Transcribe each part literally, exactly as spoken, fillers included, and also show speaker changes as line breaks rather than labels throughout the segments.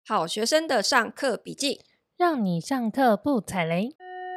好学生的上课笔记，
让你上课不踩雷。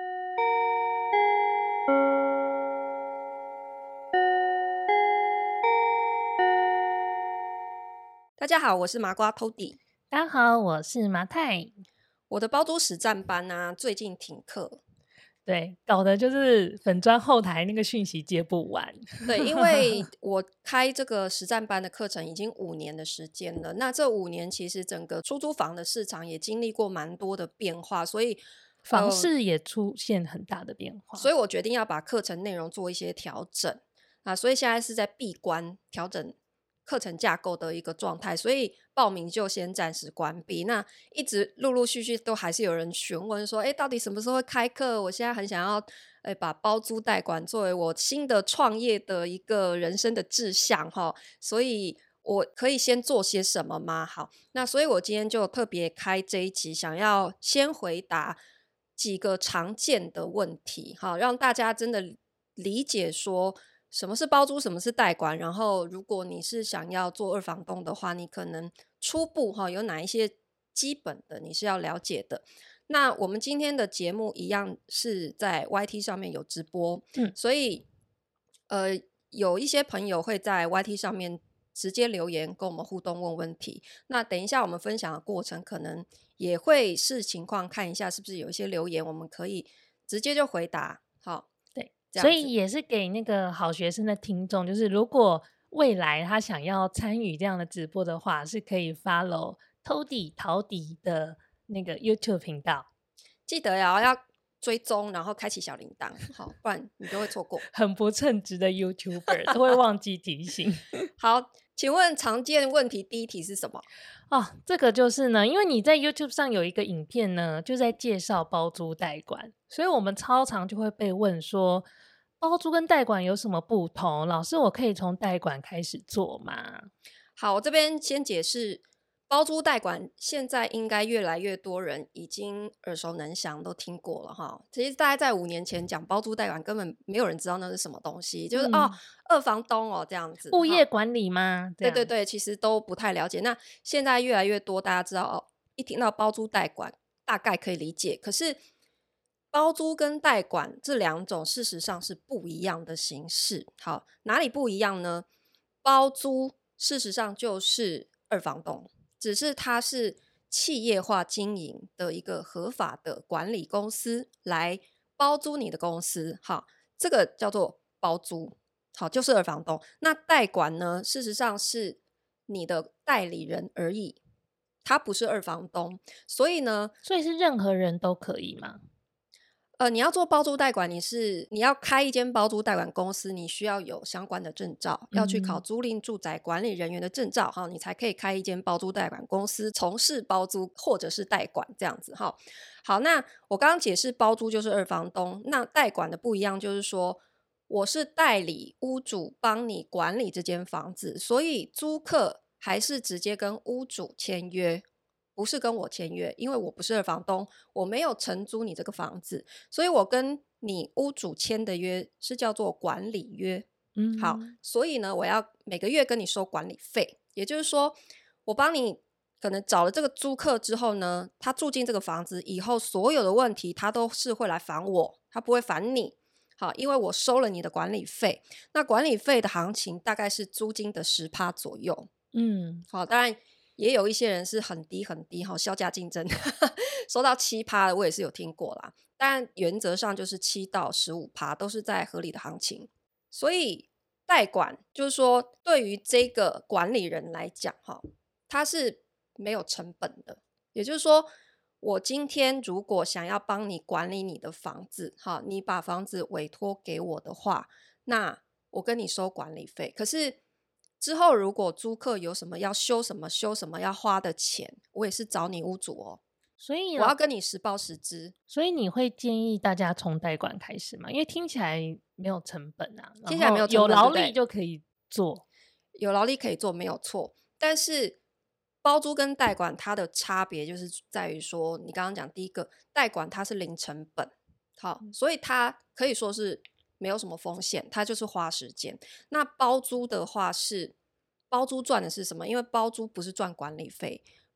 大家好，我是麻瓜 Tody。
大家好，我是麻太。
我的包租实战班啊，最近停课。
对，搞的就是粉专后台那个讯息接不完。
对，因为我开这个实战班的课程已经五年的时间了，那这五年其实整个出租房的市场也经历过蛮多的变化，所以
房市也出现很大的变化，
呃、所以我决定要把课程内容做一些调整啊，所以现在是在闭关调整课程架构的一个状态，所以报名就先暂时关闭。那一直陆陆续续都还是有人询问说，诶，到底什么时候会开课？我现在很想要诶把包租代管作为我新的创业的一个人生的志向齁，所以我可以先做些什么吗？好，那所以我今天就特别开这一集，想要先回答几个常见的问题，好，让大家真的理解说什么是包租，什么是代管，然后如果你是想要做二房东的话，你可能初步哈有哪一些基本的你是要了解的。那我们今天的节目一样是在 Y T 上面有直播，嗯，所以呃有一些朋友会在 Y T 上面直接留言跟我们互动问问题，那等一下我们分享的过程可能也会视情况看一下是不是有一些留言我们可以直接就回答。好，
对，所以也是给那个好学生的听众，就是如果未来他想要参与这样的直播的话，是可以 follow Tody 陶迪的那个 YouTube 频道，
记得要要追踪，然后开启小铃铛，好，不然你就会错过。
很不称职的 YouTuber 都会忘记提醒。
好，请问常见问题第一题是什么？
哦，这个就是呢，因为你在 YouTube 上有一个影片呢，就在介绍包租代管，所以我们超常就会被问说，包租跟代管有什么不同？老师，我可以从代管开始做吗？
好，我这边先解释。包租代管现在应该越来越多人已经耳熟能详都听过了哈。其实大概在五年前讲包租代管根本没有人知道那是什么东西，就是、嗯、哦二房东哦这样子，
物业管理吗？
对对对，其实都不太了解。那现在越来越多大家知道哦，一听到包租代管大概可以理解，可是包租跟代管这两种事实上是不一样的形式。好，哪里不一样呢？包租事实上就是二房东，只是它是企业化经营的一个合法的管理公司来包租你的公司，好，这个叫做包租，好，就是二房东。那代管呢，事实上是你的代理人而已，他不是二房东，所以呢，
所以是任何人都可以吗？
呃，你要做包租代管，你是你要开一间包租代管公司，你需要有相关的证照，要去考租赁住宅管理人员的证照哈，你才可以开一间包租代管公司，从事包租或者是代管这样子哈。好，那我刚刚解释包租就是二房东，那代管的不一样，就是说我是代理屋主帮你管理这间房子，所以租客还是直接跟屋主签约。不是跟我签约，因为我不是二房东，我没有承租你这个房子，所以我跟你屋主签的约是叫做管理约。嗯，好，所以呢，我要每个月跟你收管理费，也就是说，我帮你可能找了这个租客之后呢，他住进这个房子以后，所有的问题他都是会来烦我，他不会烦你。好，因为我收了你的管理费，那管理费的行情大概是租金的 百分之十 左右。嗯，好，当然也有一些人是很低很低，削价竞争收到 百分之七 的我也是有听过啦，但原则上就是百分之七到百分之十五 都是在合理的行情。所以代管就是说对于这个管理人来讲他是没有成本的，也就是说我今天如果想要帮你管理你的房子，你把房子委托给我的话，那我跟你收管理费，可是之后如果租客有什么要修什么修什么要花的钱，我也是找你屋主哦，
所以
我要跟你实报实支。
所以你会建议大家从代管开始吗？因为听起来没有成本啊，
听起来没有成本，
有劳力就可以做，
有劳力可以做没有错，但是包租跟代管它的差别就是在于说，你刚刚讲第一个代管它是零成本，好，所以它可以说是没有什么风险，它就是花时间。那包租的话是包租赚的是什么？因为包租不是赚管理费，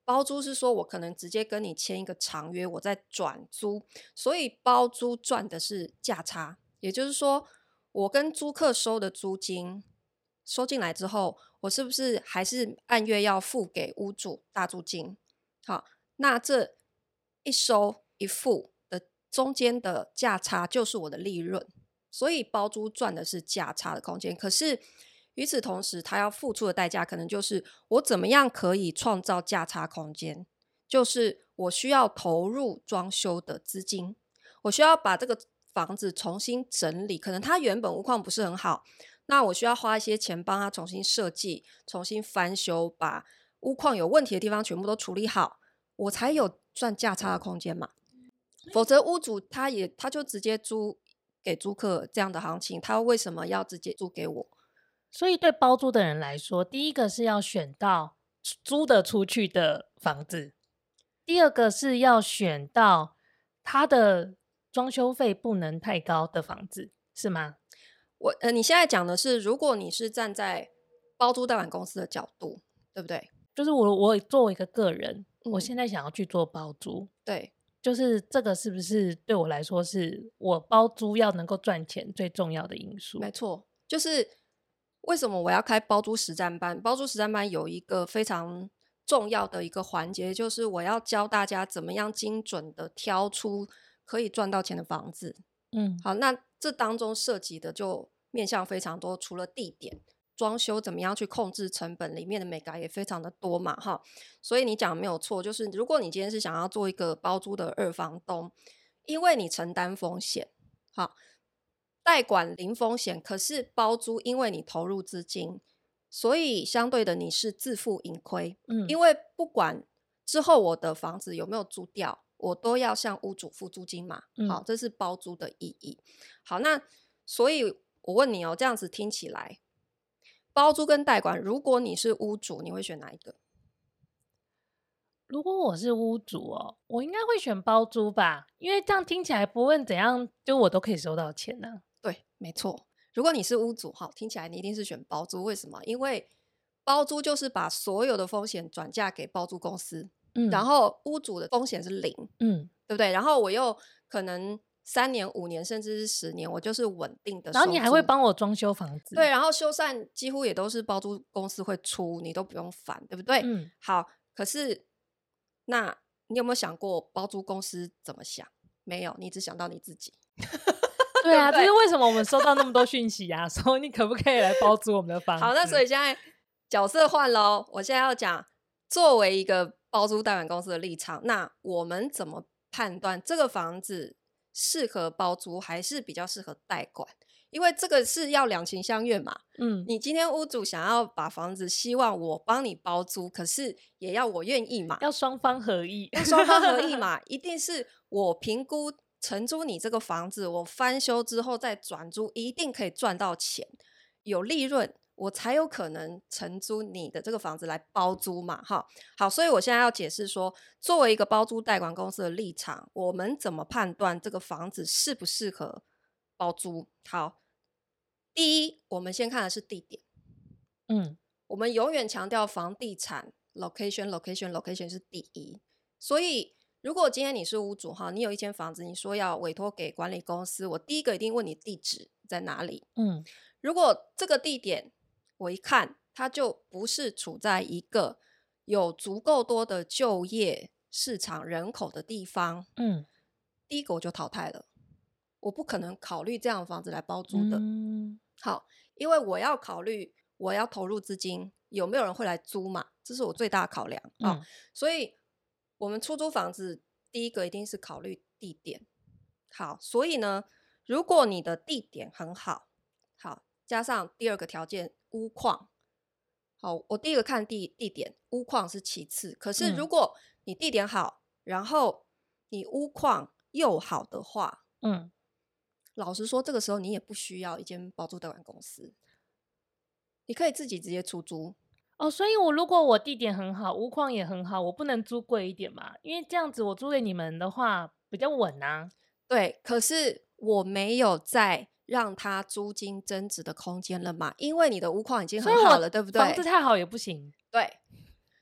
包租是说我可能直接跟你签一个长约，我再转租，所以包租赚的是价差，也就是说我跟租客收的租金收进来之后，我是不是还是按月要付给屋主大租金？好，那这一收一付的中间的价差就是我的利润，所以包租赚的是价差的空间。可是与此同时，他要付出的代价可能就是我怎么样可以创造价差空间，就是我需要投入装修的资金，我需要把这个房子重新整理，可能它原本屋况不是很好，那我需要花一些钱帮他重新设计，重新翻修，把屋况有问题的地方全部都处理好，我才有赚价差的空间嘛。否则屋主他也他就直接租给租客这样的行情，他为什么要直接租给我？
所以对包租的人来说，第一个是要选到租得出去的房子，第二个是要选到他的装修费不能太高的房子，是吗？
我呃，你现在讲的是，如果你是站在包租代管公司的角度，对不对？
就是我我作为一个个人，
嗯
我现在想要去做包租，
对，
就是这个是不是对我来说是我包租要能够赚钱最重要的因素？
没错，就是为什么我要开包租实战班？包租实战班有一个非常重要的一个环节，就是我要教大家怎么样精准的挑出可以赚到钱的房子。
嗯，
好，那这当中涉及的就面向非常多，除了地点、装修怎么样去控制成本，里面的美感也非常的多嘛，哈。所以你讲没有错，就是如果你今天是想要做一个包租的二房东，因为你承担风险，好，代管零风险，可是包租因为你投入资金，所以相对的你是自负盈亏。
嗯，
因为不管之后我的房子有没有租掉，我都要向屋主付租金嘛。
嗯
好，这是包租的意义。好，那所以我问你哦，这样子听起来，包租跟代管，如果你是屋主，你会选哪一个？
如果我是屋主哦，我应该会选包租吧，因为这样听起来不论怎样，就我都可以收到钱呢、
对，没错。如果你是屋主，哈，听起来你一定是选包租。为什么？因为包租就是把所有的风险转嫁给包租公司，
嗯，
然后屋主的风险是零，
嗯，
对不对？然后我又可能三年、五年，甚至是十年，我就是稳定的收租。
然后你还会帮我装修房子，
对，然后修缮几乎也都是包租公司会出，你都不用烦，对不对？
嗯，
好，可是那你有没有想过包租公司怎么想？没有，你只想到你自己。
对啊，
对不对
这是为什么我们收到那么多讯息啊，说你可不可以来包租我们的房子？
好，那所以现在角色换咯，我现在要讲作为一个包租代管公司的立场，那我们怎么判断这个房子适合包租还是比较适合代管？因为这个是要两情相悦嘛。
嗯，
你今天屋主想要把房子，希望我帮你包租，可是也要我愿意嘛，
要双方合意，
要双方合意嘛，一定是我评估承租你这个房子，我翻修之后再转租，一定可以赚到钱，有利润，我才有可能承租你的这个房子来包租嘛。哈，好，所以我现在要解释说，作为一个包租代管公司的立场，我们怎么判断这个房子适不适合包租？好，第一，我们先看的是地点。
嗯，
我们永远强调房地产 location location location 是第一，所以如果今天你是屋主哈，你有一间房子，你说要委托给管理公司，我第一个一定问你地址在哪里。
嗯，
如果这个地点我一看它就不是处在一个有足够多的就业市场人口的地方，
嗯，
第一个我就淘汰了，我不可能考虑这样的房子来包租的。
嗯，
好，因为我要考虑我要投入资金，有没有人会来租嘛？这是我最大的考量啊、
嗯，
所以我们出租房子，第一个一定是考虑地点。好，所以呢，如果你的地点很好，好，加上第二个条件屋况，好，我第一个看地地点，屋况是其次。可是如
嗯
果你地点好，然后你屋况又好的话，
嗯，
老实说，这个时候你也不需要一间包租代管公司，你可以自己直接出租。
哦，所以我如果我地点很好，屋况也很好，我不能租贵一点嘛？因为这样子我租给你们的话比较稳啊。
对，可是我没有再让它租金增值的空间了嘛，因为你的屋况已经
所以我
很好了，对不对？
房子太好也不行。
对，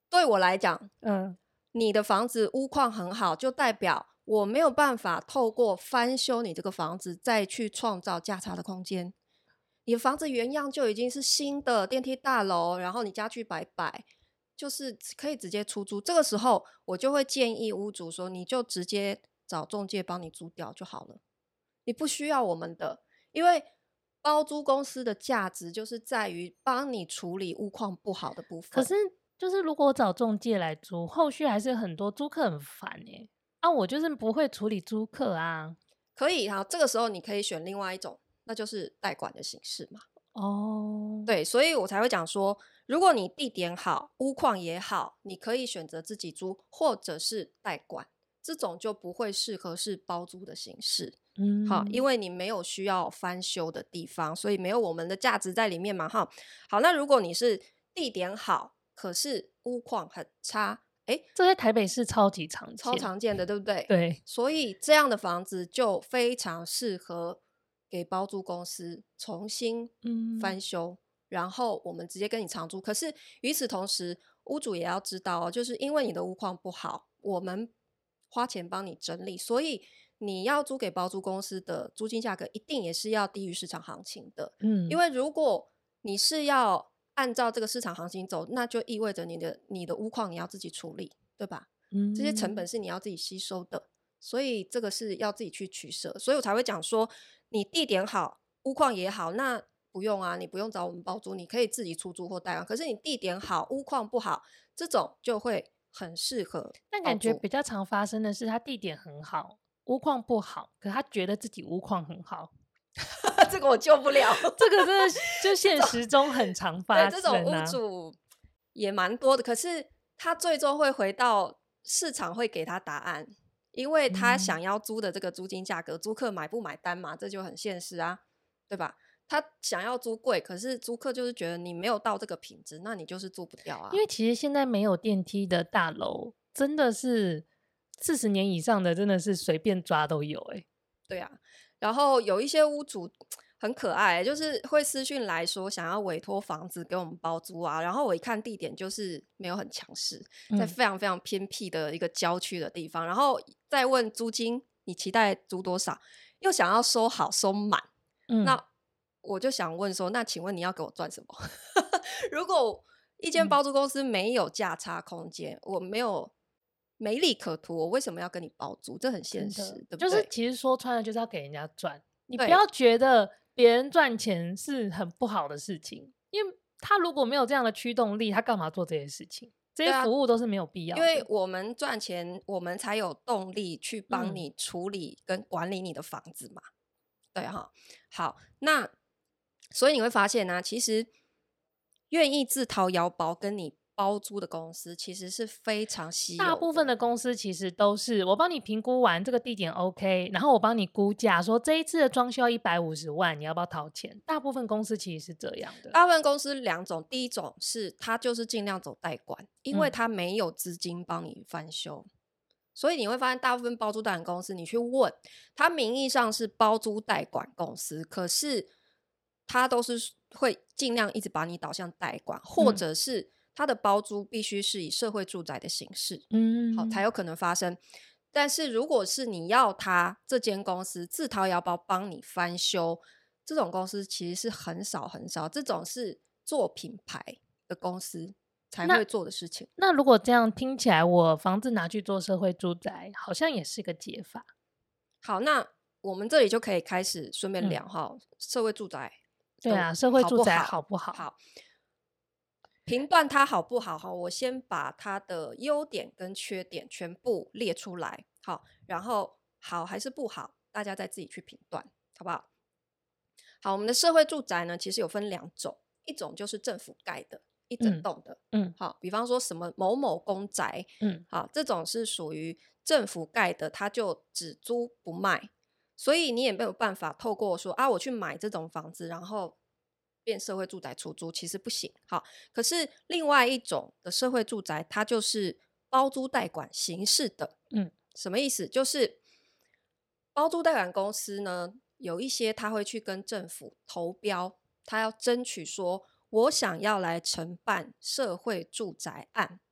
对我来讲，
嗯，
你的房子屋况很好，就代表我没有办法透过翻修你这个房子再去创造价差的空间。你的房子原样就已经是新的电梯大楼，然后你家具摆摆，就是可以直接出租。这个时候我就会建议屋主说，你就直接找中介帮你租掉就好了，你不需要我们的。因为包租公司的价值就是在于帮你处理屋况不好的部分。
可是就是如果我找中介来租，后续还是很多租客很烦耶、啊，我就是不会处理租客啊。
可以哈，这个时候你可以选另外一种，那就是代管的形式嘛。
哦，
对，所以我才会讲说，如果你地点好，屋况也好，你可以选择自己租或者是代管，这种就不会适合是包租的形式。好，因
嗯，
为你没有需要翻修的地方，所以没有我们的价值在里面嘛。哈，好，那如果你是地点好，可是屋况很差，诶，
这在台北市超级常
超
见。
常见的，对不对？
对，
所以这样的房子就非常适合给包租公司重新
嗯，
翻修，然后我们直接跟你长租。可是与此同时，屋主也要知道哦，就是因为你的屋况不好，我们花钱帮你整理，所以你要租给包租公司的租金价格一定也是要低于市场行情的。因
嗯，
为如果你是要按照这个市场行情走，那就意味着你的你的屋况你要自己处理，对吧？这些成本
嗯，
是你要自己吸收的，所以这个是要自己去取舍，所以我才会讲说，你地点好，屋况也好，那不用啊，你不用找我们包租，你可以自己出租或代管。可是你地点好，屋况不好，这种就会很适合
但感觉
包租。
比较常发生的是，他地点很好，屋况不好，可他觉得自己屋况很好，
这个我救不了。
这个真的是就现实中很常
对，
发
这种屋
生啊。
主也蛮多的，可是他最终会回到市场会给他答案，因为他想
嗯，
要租的这个租金价格，租客买不买单嘛，这就很现实啊，对吧？他想要租贵，可是租客就是觉得你没有到这个品质，那你就是租不掉啊。
因为其实现在没有电梯的大楼，真的是四十年以上的，真的是随便抓都有哎、
对啊，然后有一些屋主很可爱，就是会私讯来说想要委托房子给我们包租啊，然后我一看地点就是没有很强势，在
嗯，
非常非常偏僻的一个郊区的地方，然后再问租金，你期待租多少，又想要收好收满，
嗯，
那我就想问说，那请问你要给我赚什么？如果一间
嗯，
包租公司没有价差空间，我没有没利可图，我为什么要跟你包租？这很现实，
真的，
对不对？
就是其实说穿了就是要给人家赚，你不
对，
要觉得别人赚钱是很不好的事情，因为他如果没有这样的驱动力，他干嘛做这些事情？这些
对啊，
服务都是没有必要
因为
的。
我们赚钱，我们才有动力去帮
嗯，
你处理跟管理你的房子嘛。对哈，好，那所以你会发现呢、其实愿意自掏腰包跟你包租的公司，其实是非常稀
大部
有的。
分的公司其实都是我帮你评估完这个地点 OK，然后我帮你估价，说这一次的装修要一百五十万，你要不要掏钱？大部分公司其实是这样的。
大部分公司两种，第一种是它就是尽量走代管，因为
嗯，
它没有资金帮你翻修。所以你会发现，大部分包租代管公司，你去问，它名义上是包租代管公司，可是它都是会尽量一直把你导向代管，或
嗯，
者是它的包租必须是以社会住宅的形式，好才
嗯，
有可能发生。但是如果是你要它这间公司自掏腰包帮你翻修，这种公司其实是很少很少，这种是做品牌的公司才
那
会做的事情。
那如果这样听起来，我房子拿去做社会住宅，好像也是个解法。
好，那我们这里就可以开始顺便
嗯，
聊哈，社会住宅
对啊，
的
社会住宅
好不好？
好不好？
好，评断它好不好哈，我先把它的优点跟缺点全部列出来，好，然后好还是不好，大家再自己去评断，好不好？好，我们的社会住宅呢，其实有分两种，一种就是政府盖的，一整
嗯，
栋的，
嗯，
好，比方说什么某某公宅，
嗯，
好，这种是属于政府盖的，它就只租不卖，所以你也没有办法透过说啊，我去买这种房子，然后变社会住宅出租，其实不行。好，可是另外一种的社会住宅，它就是包租代管形式的，
嗯，
什么意思？就是包租代管公司呢，有一些他会去跟政府投标，他要争取说，我想要来承办社会住宅案，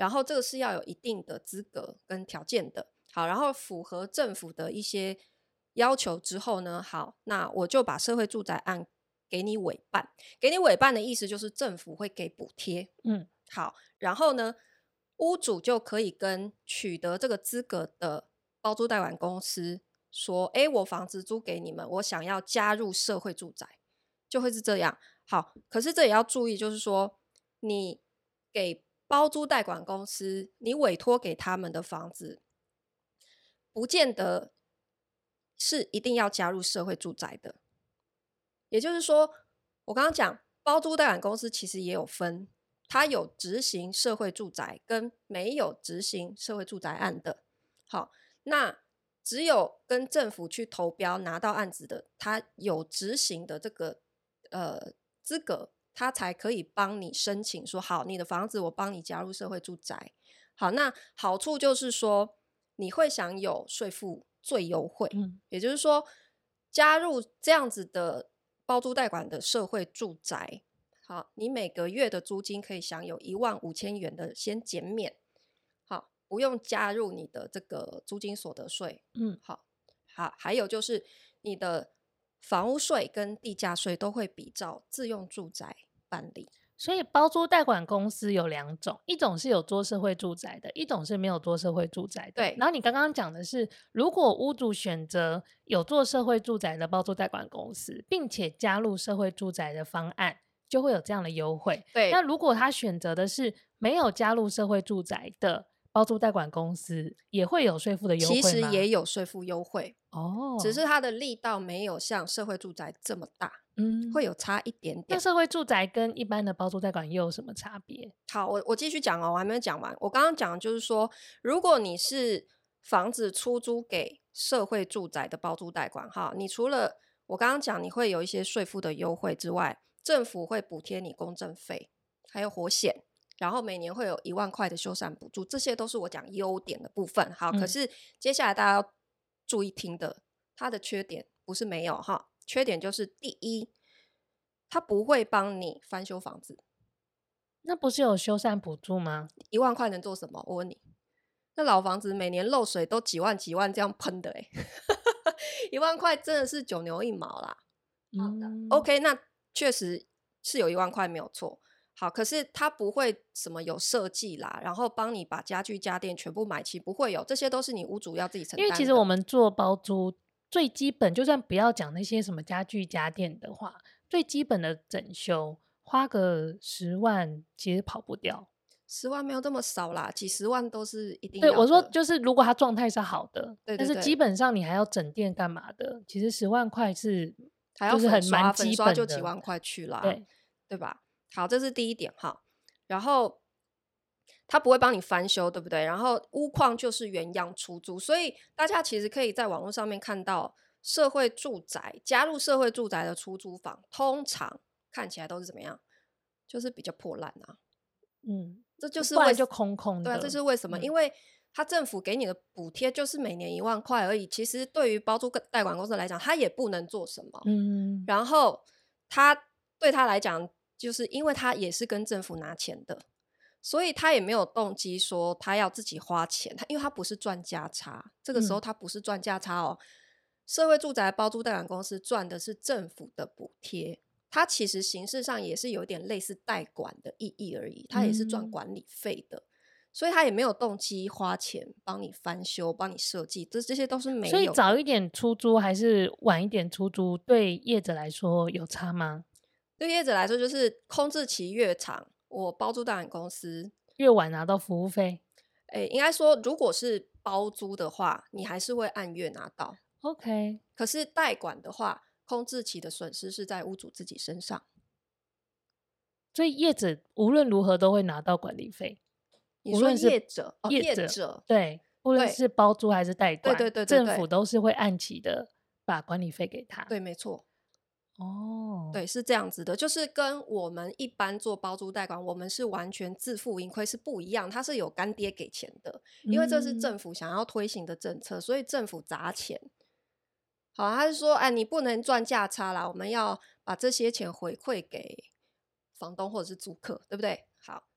然后这个是要有一定的资格跟条件的。好，然后符合政府的一些要求之后呢，好，那我就把社会住宅案给你委办。给你委办的意思就是政府会给补贴。
嗯，
好，然后呢，屋主就可以跟取得这个资格的包租代管公司说，诶，我房子租给你们，我想要加入社会住宅，就会是这样。好，可是这也要注意，就是说你给包租代管公司，你委托给他们的房子，不见得是一定要加入社会住宅的。也就是说，我刚刚讲包租代管公司其实也有分，它有执行社会住宅跟没有执行社会住宅案的。好，那只有跟政府去投标拿到案子的，它有执行的这个呃资格，它才可以帮你申请说，好，你的房子我帮你加入社会住宅。好，那好处就是说你会享有税负最优惠。
嗯，
也就是说加入这样子的包租代管的社会住宅，好，你每个月的租金可以享有一万五千元的先减免。好，不用加入你的这个租金所得税。
嗯，
好，好，还有就是你的房屋税跟地价税都会比照自用住宅办理。
所以包租代管公司有两种，一种是有做社会住宅的，一种是没有做社会住宅的。
对，
然后你刚刚讲的是，如果屋主选择有做社会住宅的包租代管公司，并且加入社会住宅的方案，就会有这样的优惠。
对，
那如果他选择的是没有加入社会住宅的包租代管公司，也会有税负的优惠吗？
其实也有税负优惠
哦，
只是它的力道没有像社会住宅这么大。嗯，会有差一点点。
那社会住宅跟一般的包租代管又有什么差别？
好，我我继续讲哦，我还没有讲完。我刚刚讲的就是说，如果你是房子出租给社会住宅的包租代管，哈，你除了我刚刚讲你会有一些税负的优惠之外，政府会补贴你公证费，还有火险，然后每年会有一万块的修缮补助，这些都是我讲优点的部分。好，
嗯、
可是接下来大家要注意听的，它的缺点不是没有哈。缺点就是第一，他不会帮你翻修房子。
那不是有修缮补助吗？
一万块能做什么？我问你，那老房子每年漏水都几万几万这样喷的、欸、一万块真的是九牛一毛啦。嗯、OK， 那确实是有一万块没有错。好，可是他不会什么有设计啦，然后帮你把家具家电全部买齐，不会有，这些都是你屋主要自己承担的。
因为其实我们做包租最基本，就算不要讲那些什么家具家电的话，最基本的整修花个十万其实跑不掉。
十万没有这么少啦，几十万都是一定
要的。对，我说就是如果它状态是好的，
对对对，
但是基本上你还要整店干嘛的，其实十万块是
还要
就是很蛮基
本的，粉刷就几万块去啦，
对
对吧？好，这是第一点哈。然后他不会帮你翻修，对不对？然后屋况就是原样出租，所以大家其实可以在网络上面看到社会住宅加入社会住宅的出租房，通常看起来都是怎么样？就是比较破烂啊。
嗯，
这就是为
就空空的。
对啊，这是为什么？嗯、因为他政府给你的补贴就是每年一万块而已，其实对于包租代管公司来讲，他也不能做什么。
嗯，
然后他对他来讲，就是因为他也是跟政府拿钱的，所以他也没有动机说他要自己花钱，他因为他不是赚价差，这个时候他不是赚价差哦。嗯、社会住宅包租代管公司赚的是政府的补贴。它其实形式上也是有点类似代管的意义而已，它也是赚管理费的。嗯、所以他也没有动机花钱帮你翻修帮你设计，这这些都是没有的。
所以早一点出租还是晚一点出租对业者来说有差吗？
对业者来说就是空置期越长，我包租代管公司
越晚拿到服务费。
欸、应该说如果是包租的话你还是会按月拿到
OK，
可是代管的话空置期的损失是在屋主自己身上，
所以业者无论如何都会拿到管理费。
你说业者，
无论是业者、
哦、业者
对，无论是包租还是代管，
对对对对对，
政府都是会按期的把管理费给他。
对，没错。
哦，
对，是这样子的，就是跟我们一般做包租代管，我们是完全自负盈亏是不一样，它是有干爹给钱的，因为这是政府想要推行的政策，嗯、所以政府砸钱。好，他是说，哎，你不能赚价差啦，我们要把这些钱回馈给房东或者是租客，对不对？好，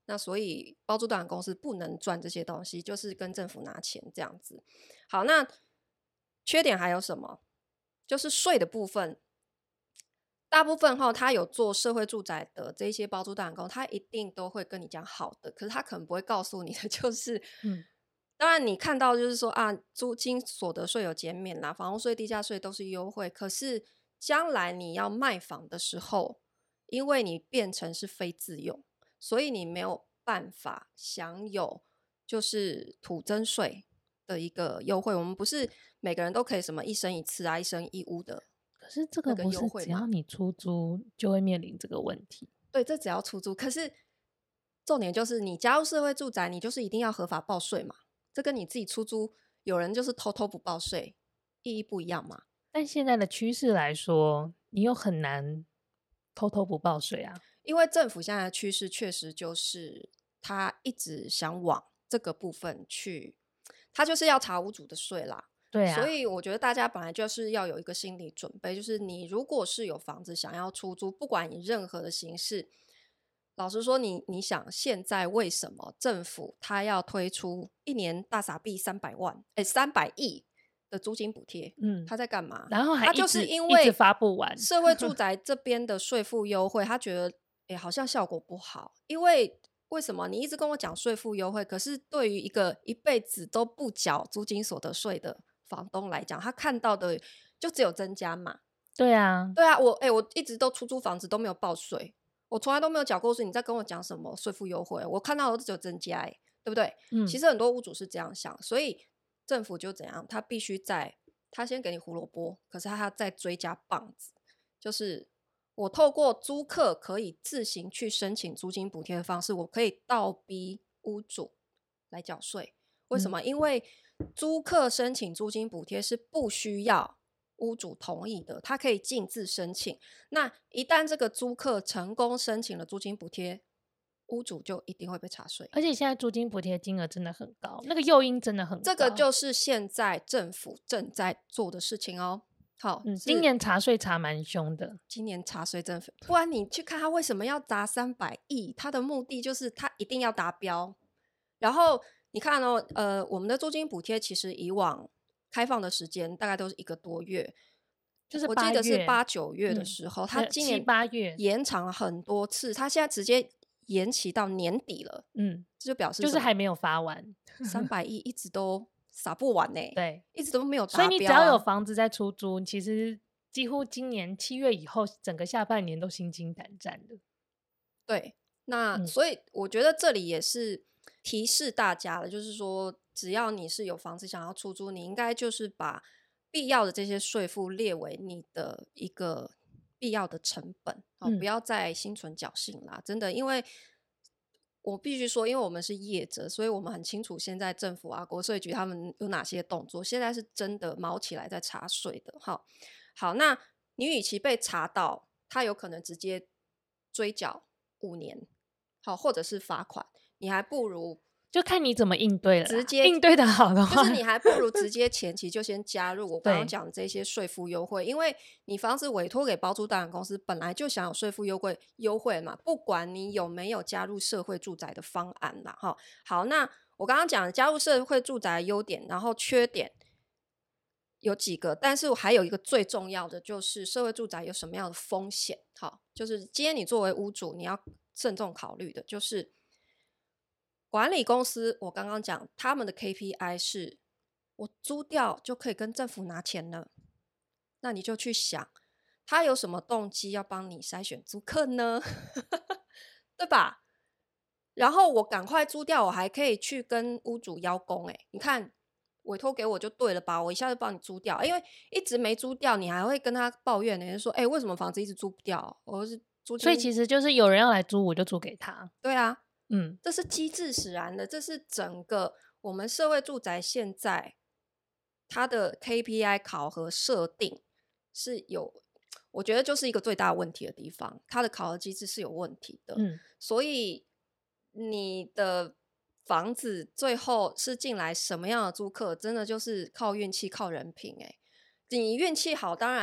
那所以包租代管公司不能赚这些东西，就是跟政府拿钱这样子。好，那缺点还有什么？就是税的部分，大部分哈，他有做社会住宅的这些包租代管公司，他一定都会跟你讲好的，可是他可能不会告诉你的就是，嗯，当然你看到就是说啊，租金所得税有减免啦，房屋税、地价税都是优惠，可是将来你要卖房的时候，因为你变成是非自用，所以你没有办法享有就是土增税的一个优惠。我们不是每个人都可以什么一生一次啊，一生一屋的。
可是这个不是只要你出租就会面临这个问题。
对，这只要出租。可是重点就是你加入社会住宅，你就是一定要合法报税嘛。这跟你自己出租，有人就是偷偷不报税，意义不一样嘛。
但现在的趋势来说，你又很难偷偷不报税啊。
因为政府现在的趋势确实就是他一直想往这个部分去，他就是要查屋主的税啦。
对啊，
所以我觉得大家本来就是要有一个心理准备，就是你如果是有房子想要出租，不管以任何的形式，老实说你，你想现在为什么政府他要推出一年大撒币三百万，哎，三百亿的租金补贴？嗯，他在干嘛？
然后还
他就是因为
发不完
社会住宅这边的税负优惠，他觉得哎好像效果不好，因为。为什么你一直跟我讲税负优惠，可是对于一个一辈子都不缴租金所得税的房东来讲，他看到的就只有增加嘛。
对啊，
对啊，我哎、欸，我一直都出租房子都没有报税，我从来都没有缴过税。你在跟我讲什么税负优惠？我看到的只有增加、欸，对不对？嗯，其实很多屋主是这样想，所以政府就怎样，他必须在他先给你胡萝卜，可是他要再追加棒子，就是我透过租客可以自行去申请租金补贴的方式，我可以倒逼屋主来缴税。为什么？嗯、因为租客申请租金补贴是不需要屋主同意的，他可以径自申请。那一旦这个租客成功申请了租金补贴，屋主就一定会被查税。
而且现在租金补贴金额真的很高，那个诱因真的很高。
这个就是现在政府正在做的事情哦。好，
嗯，今年查税查蛮凶的。
今年查税真的，不然你去看他为什么要砸三百亿，他的目的就是他一定要达标。然后你看哦，呃，我们的租金补贴其实以往开放的时间大概都是一个多月，
就是
我记得是八九月的时候，
嗯、
他今年
八月
延长了很多次，他现在直接延期到年底了。嗯，这就表示
就是还没有发完，
三百亿一直都撒不完呢、欸。
对，
一直都没有达
标、啊。
所
以你只要有房子在出租，其实几乎今年七月以后，整个下半年都心惊胆战的。
对，那、嗯、所以我觉得这里也是提示大家的，就是说，只要你是有房子想要出租，你应该就是把必要的这些税负列为你的一个必要的成本，哦嗯、不要再心存侥幸啦，真的，因为。我必须说，因为我们是业者，所以我们很清楚现在政府啊、国税局他们有哪些动作。现在是真的毛起来在查税的。好，好，那你与其被查到，他有可能直接追缴五年，好，或者是罚款，你还不如
就看你怎么应对了。
直接
应对的好的话，
就是你还不如直接前期就先加入我刚刚讲的这些税负优惠，因为你房子委托给包租代管公司，本来就享有税负优惠优惠嘛，不管你有没有加入社会住宅的方案啦。哈，好，那我刚刚讲的加入社会住宅的优点，然后缺点有几个，但是还有一个最重要的就是社会住宅有什么样的风险？好，就是今天你作为屋主，你要慎重考虑的就是。管理公司，我刚刚讲，他们的 K P I 是我租掉就可以跟政府拿钱了，那你就去想，他有什么动机要帮你筛选租客呢？对吧？然后我赶快租掉，我还可以去跟屋主邀功，哎，你看委托给我就对了吧？我一下就帮你租掉，因为一直没租掉，你还会跟他抱怨呢，就说，哎，为什么房子一直租不掉？我是租金，
所以其实就是有人要来租，我就租给他。
对啊。嗯，这是机制使然的，这是整个我们社会住宅现在它的 K P I 考核设定是有，我觉得就是一个最大问题的地方，它的考核机制是有问题的。嗯，所以你的房子最后是进来什么样的租客，真的就是靠运气、靠人品、欸。你运气好，当然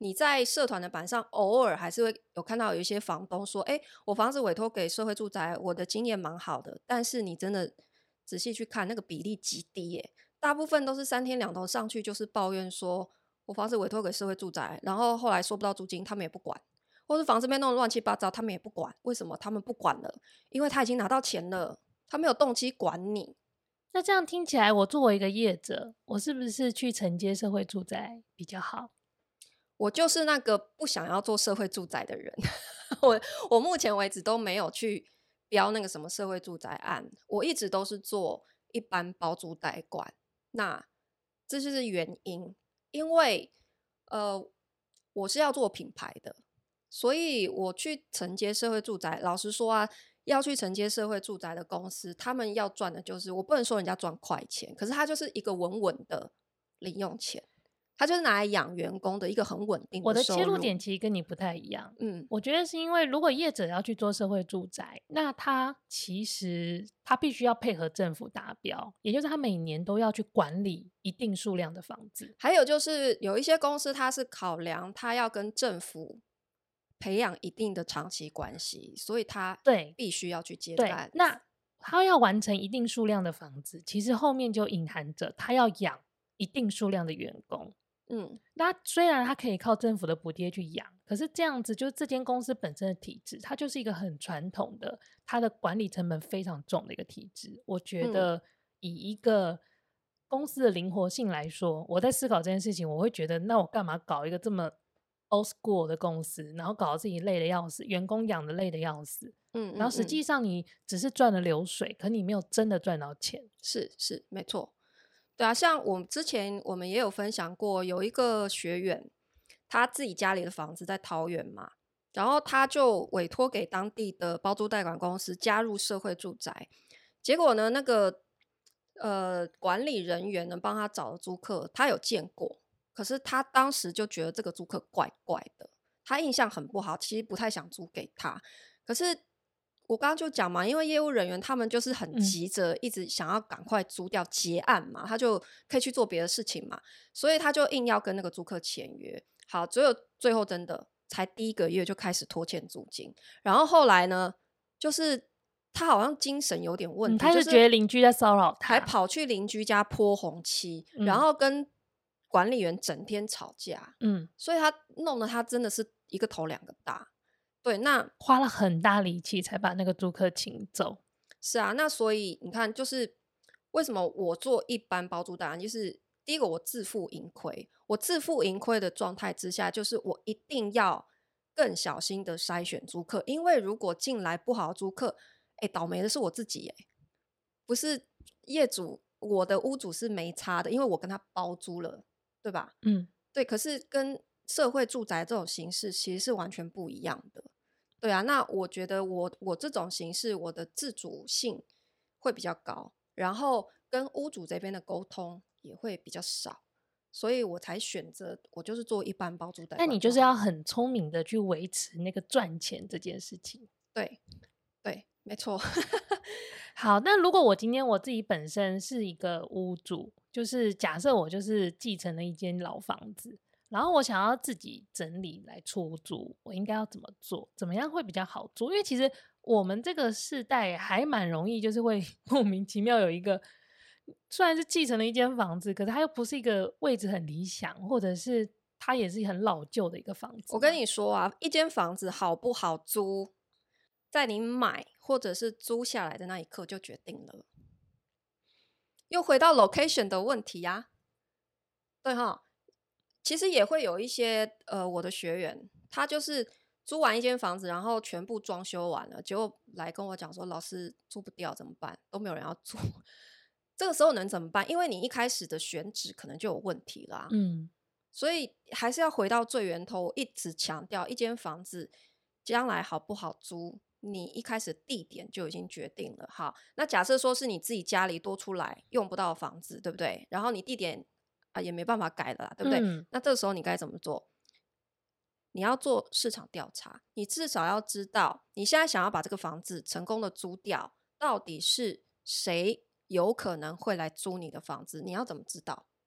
你在社团的版上偶尔还是会有看到有一些房东说，哎，我房子委托给社会住宅，我的经验蛮好的，但是你真的仔细去看，那个比例极低耶，大部分都是三天两头上去就是抱怨说我房子委托给社会住宅，然后后来收不到租金他们也不管，或是房子被弄得乱七八糟他们也不管。为什么他们不管了？因为他已经拿到钱了，他没有动机管你。
那这样听起来，我作为一个业者，我是不是去承接社会住宅比较好？
我就是那个不想要做社会住宅的人我我目前为止都没有去标那个什么社会住宅案，我一直都是做一般包租代管。那这就是原因，因为呃我是要做品牌的，所以我去承接社会住宅，老实说啊，要去承接社会住宅的公司，他们要赚的就是，我不能说人家赚快钱，可是他就是一个稳稳的零用钱，他就是拿来养员工的一个很稳定
我的
收入。
切入点其实跟你不太一样，
嗯，
我觉得是因为如果业者要去做社会住宅，那他其实他必须要配合政府达标，也就是他每年都要去管理一定数量的房子。
还有就是有一些公司它是考量他要跟政府培养一定的长期关系，所以他
对
必须要去接
对
案。
那他要完成一定数量的房子，其实后面就隐含着他要养一定数量的员工。
嗯，
那虽然他可以靠政府的补贴去养，可是这样子就是这间公司本身的体制，它就是一个很传统的，它的管理成本非常重的一个体制。我觉得以一个公司的灵活性来说，我在思考这件事情，我会觉得那我干嘛搞一个这么 old school 的公司，然后搞得自己累的要死，员工养的累的要死，
嗯，
然后实际上你只是赚了流水，可你没有真的赚到钱。
是是没错。对啊，像我们之前我们也有分享过，有一个学员他自己家里的房子在桃园嘛，然后他就委托给当地的包租代管公司加入社会住宅，结果呢那个呃管理人员呢帮他找的租客他有见过，可是他当时就觉得这个租客怪怪的，他印象很不好，其实不太想租给他。可是我刚刚就讲嘛，因为业务人员他们就是很急着一直想要赶快租掉结案嘛，他就可以去做别的事情嘛，所以他就硬要跟那个租客签约。好，最后最后真的才第一个月就开始拖欠租金，然后后来呢就是他好像精神有点问
嗯，
题，
他
就是
觉得邻居在骚扰他，
还跑去邻居家泼红漆，
嗯
然后跟管理员整天吵架，
嗯，
所以他弄得他真的是一个头两个大。对，那
花了很大力气才把那个租客请走。
是啊，那所以你看，就是为什么我做一般包租代管，就是第一个我自负盈亏，我自负盈亏的状态之下，就是我一定要更小心的筛选租客，因为如果进来不好的租客，哎，倒霉的是我自己，哎，不是业主，我的屋主是没差的，因为我跟他包租了，对吧？
嗯，
对，可是跟社会住宅这种形式其实是完全不一样的。对啊，那我觉得我我这种形式，我的自主性会比较高，然后跟屋主这边的沟通也会比较少，所以我才选择我就是做一般包租代管。
但你就是要很聪明的去维持那个赚钱这件事情。
对对，没错。
好，那如果我今天我自己本身是一个屋主，就是假设我就是继承了一间老房子，然后我想要自己整理来出租，我应该要怎么做？怎么样会比较好租？因为其实我们这个世代还蛮容易，就是会莫名其妙有一个，虽然是继承了一间房子，可是它又不是一个位置很理想，或者是它也是很老旧的一个房子。
我跟你说啊，一间房子好不好租，在你买或者是租下来的那一刻就决定了。又回到 location 的问题啊，对哈，其实也会有一些呃，我的学员他就是租完一间房子，然后全部装修完了，结果来跟我讲说，老师租不掉怎么办？都没有人要租。这个时候能怎么办？因为你一开始的选址可能就有问题啦。
嗯，
所以还是要回到最源头，我一直强调一间房子将来好不好租，你一开始地点就已经决定了。好，那假设说是你自己家里多出来用不到的房子，对不对？然后你地点啊也没办法改了啦，对不对？
嗯，
那这时候你该怎么做？你要做市场调查，你至少要知道你现在想要把这个房子成功的租掉，到底是谁有可能会来租你的房子，你要怎么知道？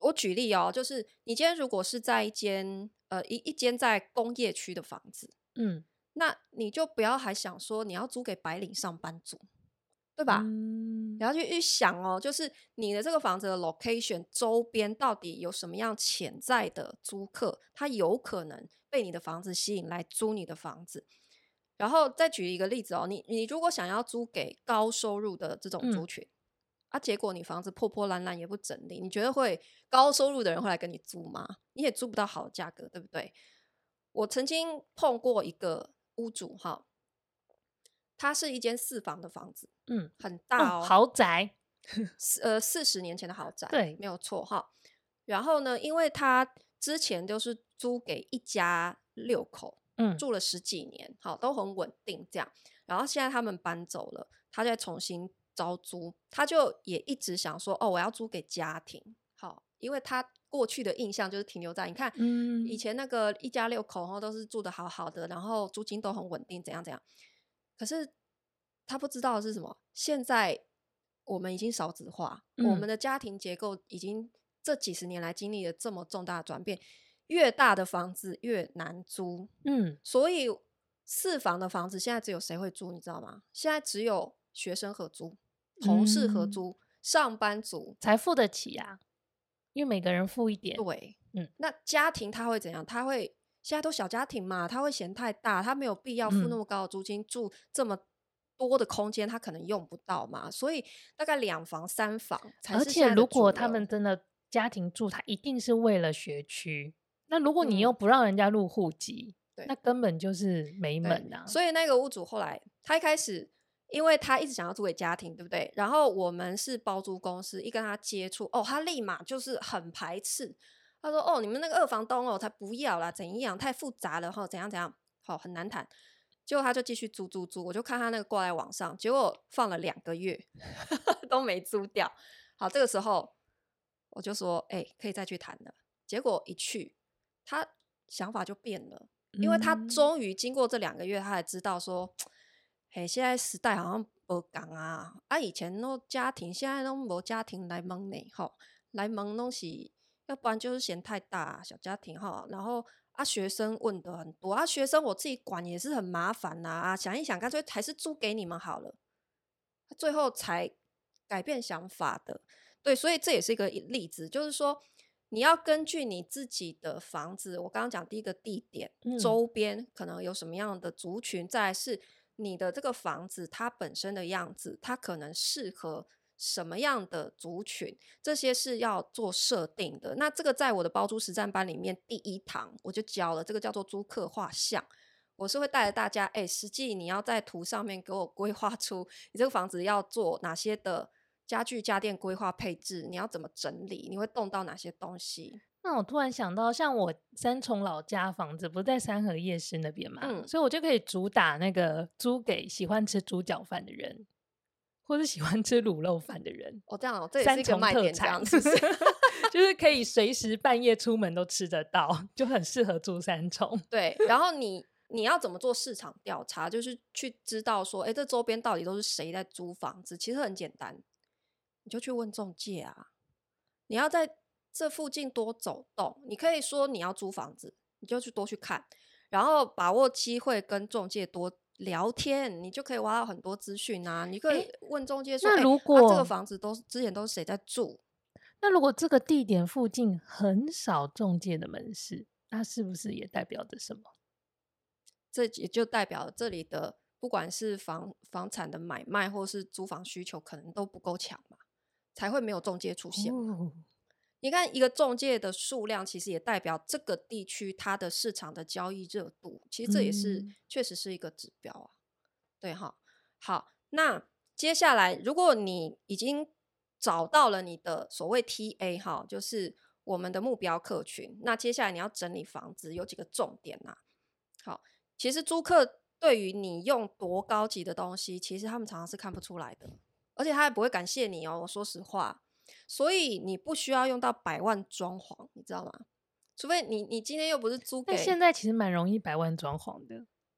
我举例哦，就是你今天如果是在一间呃一一间在工业区的房子，
嗯
那你就不要还想说你要租给白领上班族，对吧？你
嗯
要去去想哦，就是你的这个房子的 location 周边到底有什么样潜在的租客，他有可能被你的房子吸引来租你的房子。然后再举一个例子哦，你你如果想要租给高收入的这种族
嗯，
群，啊，结果你房子破破烂烂也不整理，你觉得会高收入的人会来跟你租吗？你也租不到好的价格，对不对？我曾经碰过一个屋主哈，它是一间四房的房子，
嗯，
很
哦，
大哦，
豪宅，
四呃四十年前的豪宅，
对，
没有错哈。然后呢，因为他之前都是租给一家六口，
嗯
住了十几年，好都很稳定这样。然后现在他们搬走了，他再重新招租，他就也一直想说，哦，我要租给家庭，好，因为他过去的印象就是停留在你看以
嗯，
前那个一家六口，然后都是住的好好的，然后租金都很稳定，怎样怎样。可是他不知道的是什么，现在我们已经少子化，我们
嗯
的家庭结构已经这几十年来经历了这么重大的转变，越大的房子越难租，
嗯
所以四房的房子现在只有谁会租，你知道吗？现在只有学生合租、同事合
嗯，
租、上班族。
才付得起啊，因为每个人付一点，
对，
嗯
那家庭他会怎样？他会现在都小家庭嘛，他会嫌太大，他没有必要付那
嗯，
么高的租金住这么多的空间，他可能用不到嘛，所以大概两房、三房才
而
是现在的
且如果他
主流。
们真的家庭住，他一定是为了学区，那如果你又
嗯，
不让人家入户籍，那
对
根本就是没
对，
门啊，
所以那个屋主后来他一开始，因为他一直想要租给家庭，对不对？然后我们是包租公司，一跟他接触，哦，他立马就是很排斥。他说：“哦，你们那个二房东哦，才不要啦，怎样太复杂了哈，怎样怎样，好很难谈。”结果他就继续租租租，我就看他那个挂在网上，结果放了两个月都没租掉。好，这个时候我就说：“哎、可以再去谈了。”结果一去，他想法就变了。因为他
嗯
终于经过这两个月，他才知道说，嘿，现在时代好像不讲啊，啊，以前那家庭，现在都没家庭来蒙呢，吼，来蒙东西，要不然就是嫌太大，小家庭哈，然后啊，学生问的很多啊，学生我自己管也是很麻烦呐，啊，想一想，干脆还是租给你们好了，最后才改变想法的。对，所以这也是一个例子，就是说你要根据你自己的房子，我刚刚讲第一个地点
嗯
周边可能有什么样的族群，再来是你的这个房子它本身的样子，它可能适合什么样的族群，这些是要做设定的。那这个在我的包租实战班里面第一堂我就教了，这个叫做租客画像。我是会带着大家，哎、实际你要在图上面给我规划出你这个房子要做哪些的家具家电规划配置，你要怎么整理，你会动到哪些东西。
那我突然想到，像我三重老家房子不是在三河夜市那边嘛，
嗯，
所以我就可以主打那个租给喜欢吃猪脚饭的人，或是喜欢吃卤肉饭的人，
哦，这样哦，这也是
三
一个卖点，这
重特产
样，是不是？
就是可以随时半夜出门都吃得到，就很适合住三重。
对，然后你你要怎么做市场调查，就是去知道说，哎，这周边到底都是谁在租房子？其实很简单，你就去问中介啊。你要在这附近多走动，你可以说你要租房子，你就去多去看，然后把握机会跟中介多聊天，你就可以挖到很多资讯啊。你可以
诶
问中介说，
那
哎、啊，这
如果、
个房子都是之前都是谁在住？
那如果这个地点附近很少中介的门市，那是不是也代表着什么？
这也就代表这里的不管是房房产的买卖或是租房需求，可能都不够强嘛，才会没有中介出现嘛。
哦，
你看一个中介的数量，其实也代表这个地区它的市场的交易热度，其实这也是
嗯
确实是一个指标啊。对哈，好，那接下来如果你已经找到了你的所谓 T A 哈，就是我们的目标客群，那接下来你要整理房子有几个重点呐、好，其实租客对于你用多高级的东西，其实他们常常是看不出来的，而且他也不会感谢你哦。我说实话，所以你不需要用到百万装潢，你知道吗？除非你你今天又不是租给
但现在其实蛮容易百万装潢的。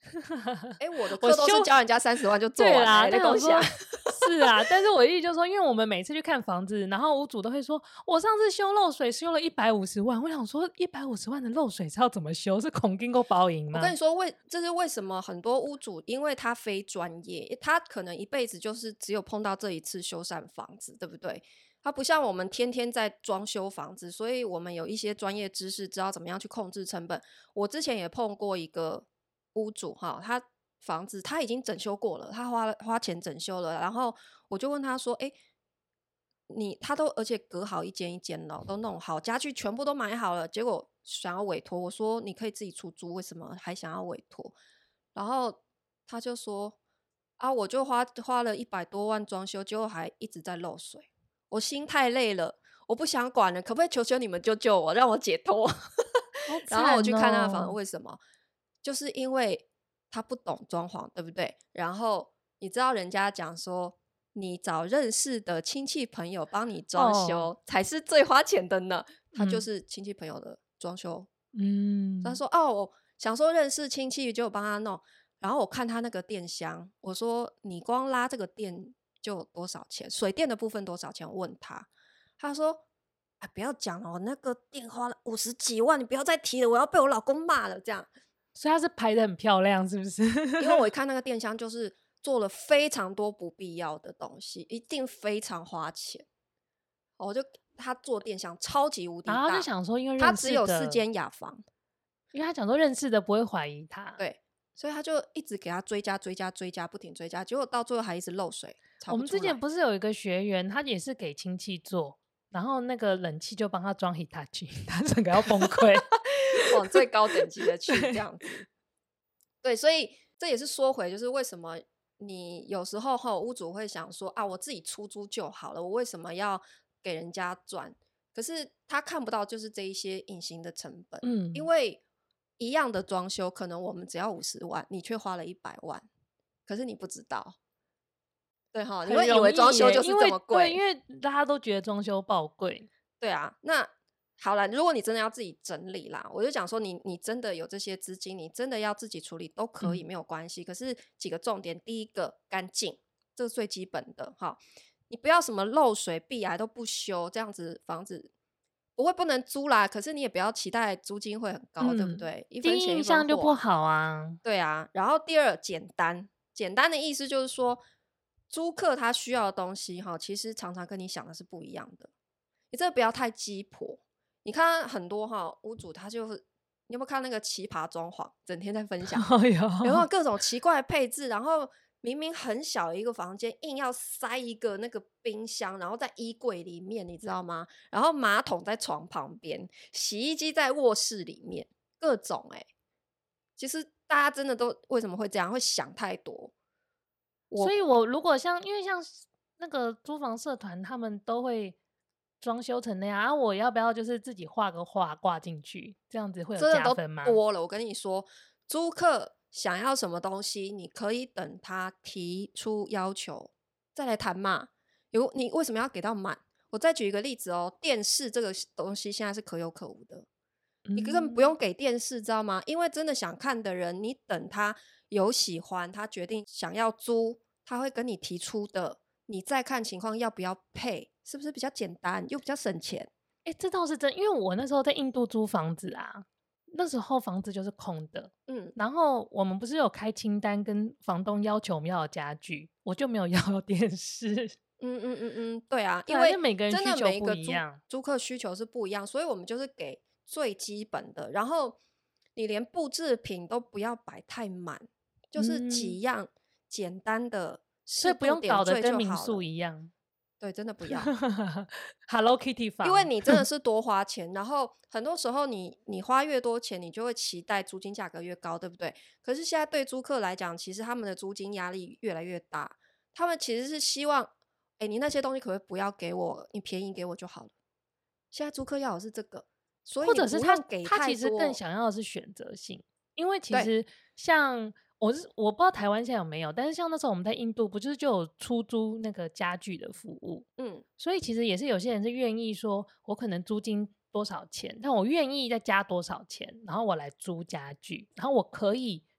哎、欸，我的课都是教人家三十万就做完了、欸，那东西啊。
是啊，但是我意思就是说，因为我们每次去看房子，然后屋主都会说，我上次修漏水修了一百五十万，我想说一百五十万的漏水是要怎么修？是恐惊够包赢吗？
我跟你说，为这是为什么很多屋主，因为他非专业，他可能一辈子就是只有碰到这一次修缮房子，对不对？他不像我们天天在装修房子，所以我们有一些专业知识，知道怎么样去控制成本。我之前也碰过一个屋主哈，他房子他已经整修过了，他花了花钱整修了，然后我就问他说：“哎，你他都而且隔好一间一间了，都弄好，家具全部都买好了，结果想要委托，我说你可以自己出租，为什么还想要委托？”然后他就说：“啊，我就花花了一百多万装修，结果还一直在漏水。”我心太累了，我不想管了，可不可以求求你们救救我，让我解脱？
哦、
然后我去看他的房子，为什么？就是因为他不懂装潢，对不对？然后你知道人家讲说，你找认识的亲戚朋友帮你装修、哦、才是最花钱的呢。他就是亲戚朋友的装修，嗯，他说哦，我想说认识亲戚就帮他弄，然后我看他那个电箱，我说你光拉这个电就多少钱？水电的部分多少钱？我问他，他说：“哎，不要讲了，我那个电花了五十几万，你不要再提了，我要被我老公骂了。”这样，
所以他是排得很漂亮，是不是？
因为我一看那个电箱，就是做了非常多不必要的东西，一定非常花钱。我就他做电箱超级无敌大，
然后就想说，因为认识
他只有四间雅房，
因为他讲说认识的不会怀疑他，
对。所以他就一直给他追加追加追加，不停追加，结果到最后还一直漏水。
我们之前不是有一个学员，他也是给亲戚做，然后那个冷气就帮他装 Hitachi， 他整个要崩溃，
往最高等级的去这样子。对，所以这也是说回，就是为什么你有时候哈屋主会想说啊，我自己出租就好了，我为什么要给人家赚？可是他看不到就是这一些隐形的成本，嗯，因为一样的装修，可能我们只要五十万，你却花了一百万，可是你不知道，对哈，你会以为装修就是这么贵，
因为大家都觉得装修爆贵，
对啊。那好了，如果你真的要自己整理啦，我就讲说你你真的有这些资金，你真的要自己处理都可以，嗯、没有关系。可是几个重点，第一个干净，这是最基本的哈，你不要什么漏水、壁癌都不修，这样子房子。不会不能租啦，可是你也不要期待租金会很高，嗯、对不对？一分钱一分货，
第一印象就不好啊。
对啊，然后第二简单，简单的意思就是说，租客他需要的东西哈，其实常常跟你想的是不一样的。你这个不要太鸡婆。你看很多哈屋主他就是，你有没有看那个奇葩装潢，整天在分享，
哦、有
有没有各种奇怪的配置，然后。明明很小一个房间，硬要塞一个那个冰箱，然后在衣柜里面，你知道吗？然后马桶在床旁边，洗衣机在卧室里面，各种哎、欸。其实大家真的都为什么会这样？会想太多。
所以我如果像因为像那个租房社团，他们都会装修成那样啊，我要不要就是自己画个画挂进去？这样子会有加分吗？
真的都多了，我跟你说，租客。想要什么东西，你可以等他提出要求再来谈嘛。有你为什么要给到满？我再举一个例子哦，电视这个东西现在是可有可无的，嗯、你根本不用给电视，知道吗？因为真的想看的人，你等他有喜欢，他决定想要租，他会跟你提出的，你再看情况要不要配，是不是比较简单又比较省钱？
哎，这倒是真，因为我那时候在印度租房子啊。那时候房子就是空的，嗯，然后我们不是有开清单跟房东要求我们要有家具，我就没有要电视，
嗯嗯嗯嗯，对啊，因为
每个人需求不一样，
租客需求是不一样，所以我们就是给最基本的，然后你连布置品都不要摆太满，就是几样简单的，
所以不用搞得跟民宿一样。
对，真的不要
Hello Kitty 房，
因为你真的是多花钱，然后很多时候你你花越多钱，你就会期待租金价格越高，对不对？可是现在对租客来讲，其实他们的租金压力越来越大，他们其实是希望，哎，你那些东西可不可以不要给我，你便宜给我就好了。现在租客要的是这个，所以
或者是他
给
他其实更想要的是选择性，因为其实像。我是我不知道台湾现在有没有，但是像那时候我们在印度，不就是就有出租那个家具的服务，嗯，所以其实也是有些人是愿意说，我可能租金多少钱，但我愿意再加多少钱，然后我来租家具，然后我可以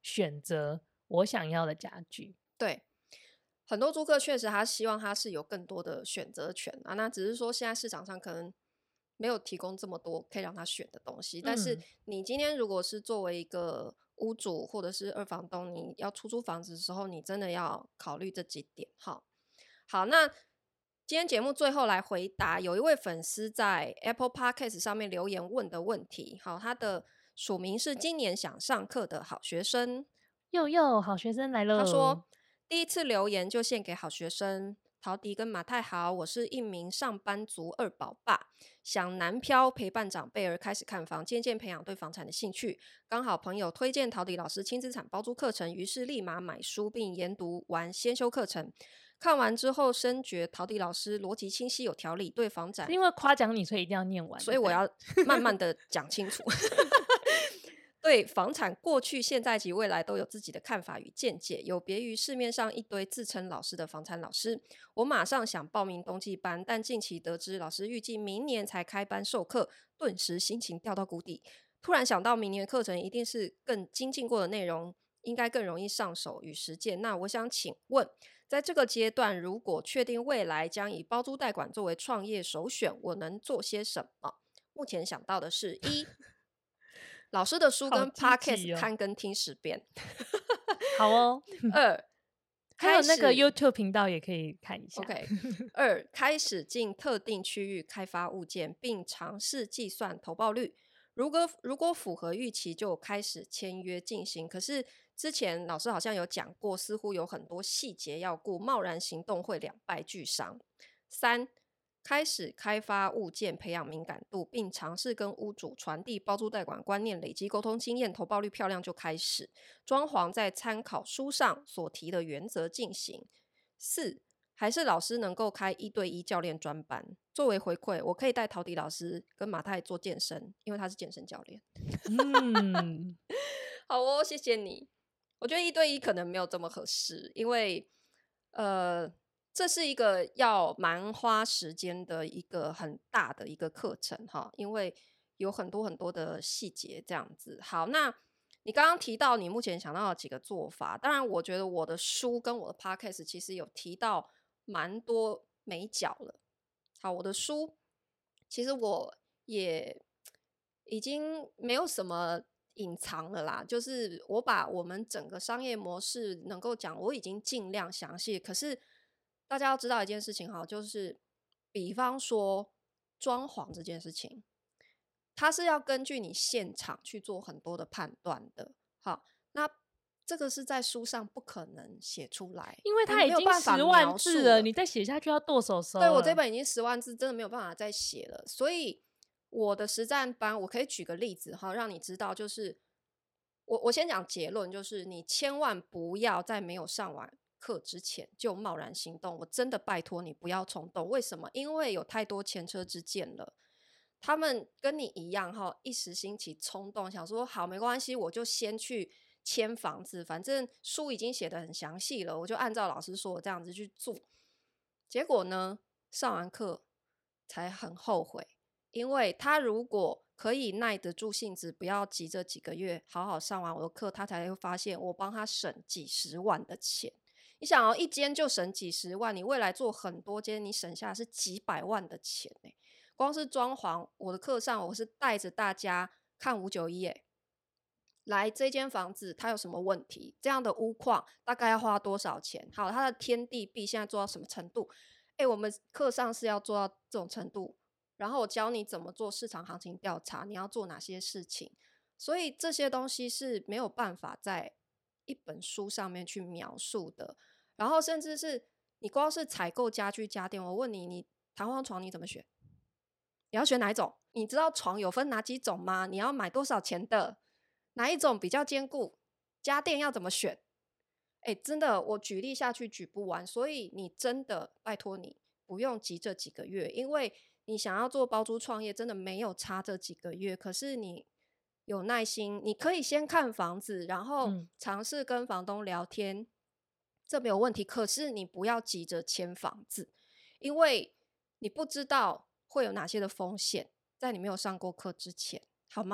选择我想要的家具。
对，很多租客确实他希望他是有更多的选择权啊，那只是说现在市场上可能没有提供这么多可以让他选的东西。但是
嗯
你今天如果是作为一个屋主或者是二房东，你要出租房子的时候，你真的要考虑这几点。好，好，那今天节目最后来回答有一位粉丝在 Apple Podcast 上面留言问的问题。好，他的署名是今年想上课的好学生。
佑佑，好学生来了。
他说第一次留言就献给好学生陶迪跟马太好，我是一名上班族二宝爸，想南漂陪伴长辈而开始看房，渐渐培养对房产的兴趣。刚好朋友推荐陶迪老师轻资产包租课程，于是立马买书并研读完先修课程。看完之后深觉陶迪老师逻辑清晰有条理，对房产
是因为夸奖你所以一定要念完，
所以我要慢慢的讲清楚对房产过去现在及未来都有自己的看法与见解，有别于市面上一堆自称老师的房产老师。我马上想报名冬季班，但近期得知老师预计明年才开班授课，顿时心情掉到谷底。突然想到明年的课程一定是更精进过的内容，应该更容易上手与实践。那我想请问，在这个阶段如果确定未来将以包租代管作为创业首选，我能做些什么？目前想到的是一老师的书跟 podcast 看跟听十遍
好哦
二
还有那个 YouTube 频道也可以看一下。
OK 二开始进特定区域开发物件，并尝试计算投报率，如果如果符合预期就开始签约进行。可是之前老师好像有讲过，似乎有很多细节要顾，贸然行动会两败俱伤。三开始开发物件，培养敏感度，并尝试跟屋主传递包租代管观念，累积沟通经验，投报率漂亮就开始。装潢在参考书上所提的原则进行。四还是老师能够开一对一教练专班，作为回馈我可以带陶迪老师跟马太做健身，因为他是健身教练。嗯，好哦，谢谢你。我觉得一对一可能没有这么合适，因为呃这是一个要蛮花时间的一个很大的一个课程哈，因为有很多很多的细节这样子。好，那你刚刚提到你目前想到的几个做法，当然我觉得我的书跟我的 podcast 其实有提到蛮多眉角了。好，我的书其实我也已经没有什么隐藏了啦，就是我把我们整个商业模式能够讲，我已经尽量详细。可是大家要知道一件事情哈，就是比方说装潢这件事情，它是要根据你现场去做很多的判断的。好，那这个是在书上不可能写出来，
因为它已经十万字了，你再写下去要剁手手了。
对，我这本已经十万字，真的没有办法再写了。所以我的实战班，我可以举个例子哈，让你知道，就是我我先讲结论，就是你千万不要在没有上完课之前就贸然行动。我真的拜托你不要冲动。为什么？因为有太多前车之鉴了。他们跟你一样哈，一时兴起冲动，想说好没关系，我就先去签房子，反正书已经写得很详细了，我就按照老师说的这样子去做。结果呢，上完课才很后悔，因为他如果可以耐得住性子，不要急着几个月好好上完我的课，他才会发现我帮他省几十万的钱。你想哦，一间就省几十万，你未来做很多间，你省下的是几百万的钱欸。光是装潢，我的课上我是带着大家看五九一欸，来这间房子它有什么问题，这样的屋况大概要花多少钱，好，它的天地壁现在做到什么程度。欸，我们课上是要做到这种程度，然后我教你怎么做市场行情调查，你要做哪些事情。所以这些东西是没有办法在一本书上面去描述的。然后甚至是你光是采购家具家电，我问你，你弹簧床你怎么选？你要选哪一种？你知道床有分哪几种吗？你要买多少钱的？哪一种比较坚固？家电要怎么选？欸，真的我举例下去举不完。所以你真的拜托你不用急这几个月，因为你想要做包租创业真的没有差这几个月。可是你有耐心，你可以先看房子，然后尝试跟房东聊天，嗯，这没有问题。可是你不要急着签房子，因为你不知道会有哪些的风险，在你没有上过课之前，好吗？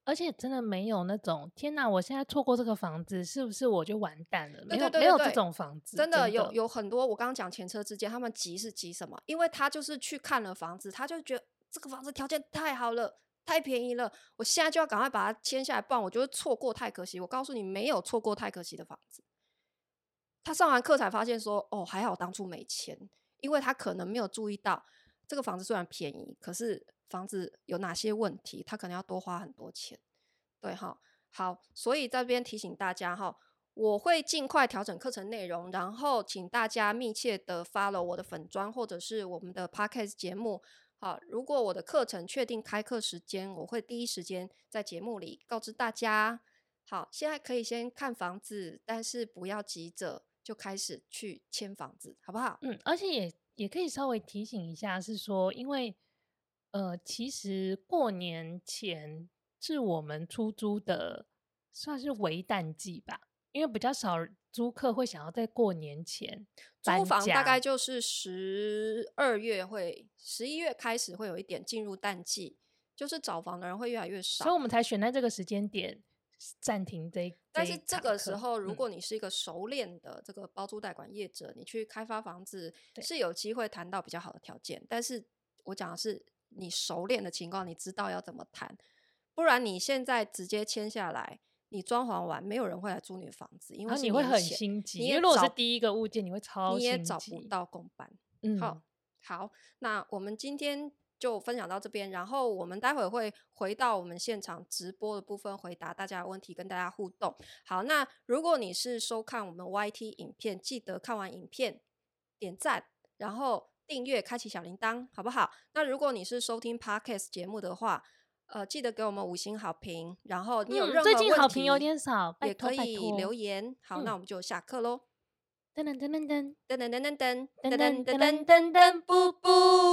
而且真的没有那种天哪，我现在错过这个房子，是不是我就完蛋了？没有，
对对对对
没有这种房子，
真的
真的
有有很多。我刚刚讲前车之鉴，他们急是急什么？因为他就是去看了房子，他就觉得这个房子条件太好了，太便宜了，我现在就要赶快把它签下来，不然我就会错过太可惜。我告诉你，没有错过太可惜的房子。他上完课才发现说，哦，还好当初没签，因为他可能没有注意到这个房子虽然便宜，可是房子有哪些问题，他可能要多花很多钱。对哈，好，所以这边提醒大家哈，我会尽快调整课程内容，然后请大家密切的 follow 我的粉专或者是我们的 podcast 节目。好，如果我的课程确定开课时间，我会第一时间在节目里告知大家。好，现在可以先看房子，但是不要急着就开始去签房子，好不好？
嗯，而且也也可以稍微提醒一下，是说，因为呃，其实过年前是我们出租的算是微淡季吧，因为比较少租客会想要在过年前搬
租房
家
大概就是十二月会，十一月开始会有一点进入淡季，就是找房的人会越来越少，
所以我们才选在这个时间点暂停这一。
但是这个时候，
嗯、
如果你是一个熟练的这个包租代管业者，你去开发房子是有机会谈到比较好的条件。但是我讲的是你熟练的情况，你知道要怎么谈，不然你现在直接签下来，你装潢完没有人会来租你的房子，因为是
你会很心急，因为如果是第一个物件，你会超心急，
你也找不到公办。
嗯，
好，好，那我们今天就分享到这边，然后我们待会会回到我们现场直播的部分，回答大家的问题，跟大家互动。好，那如果你是收看我们 Y T 影片，记得看完影片点赞，然后订阅，开启小铃铛，好不好？那如果你是收听 Podcast 节目的话，呃，记得给我们五星好评，然后你有任何问题、
嗯、最近好评有点少，
也可以留言。好、嗯，那我们就下课咯。
噔噔噔噔噔
噔噔噔噔噔噔噔噔噔噔，布布。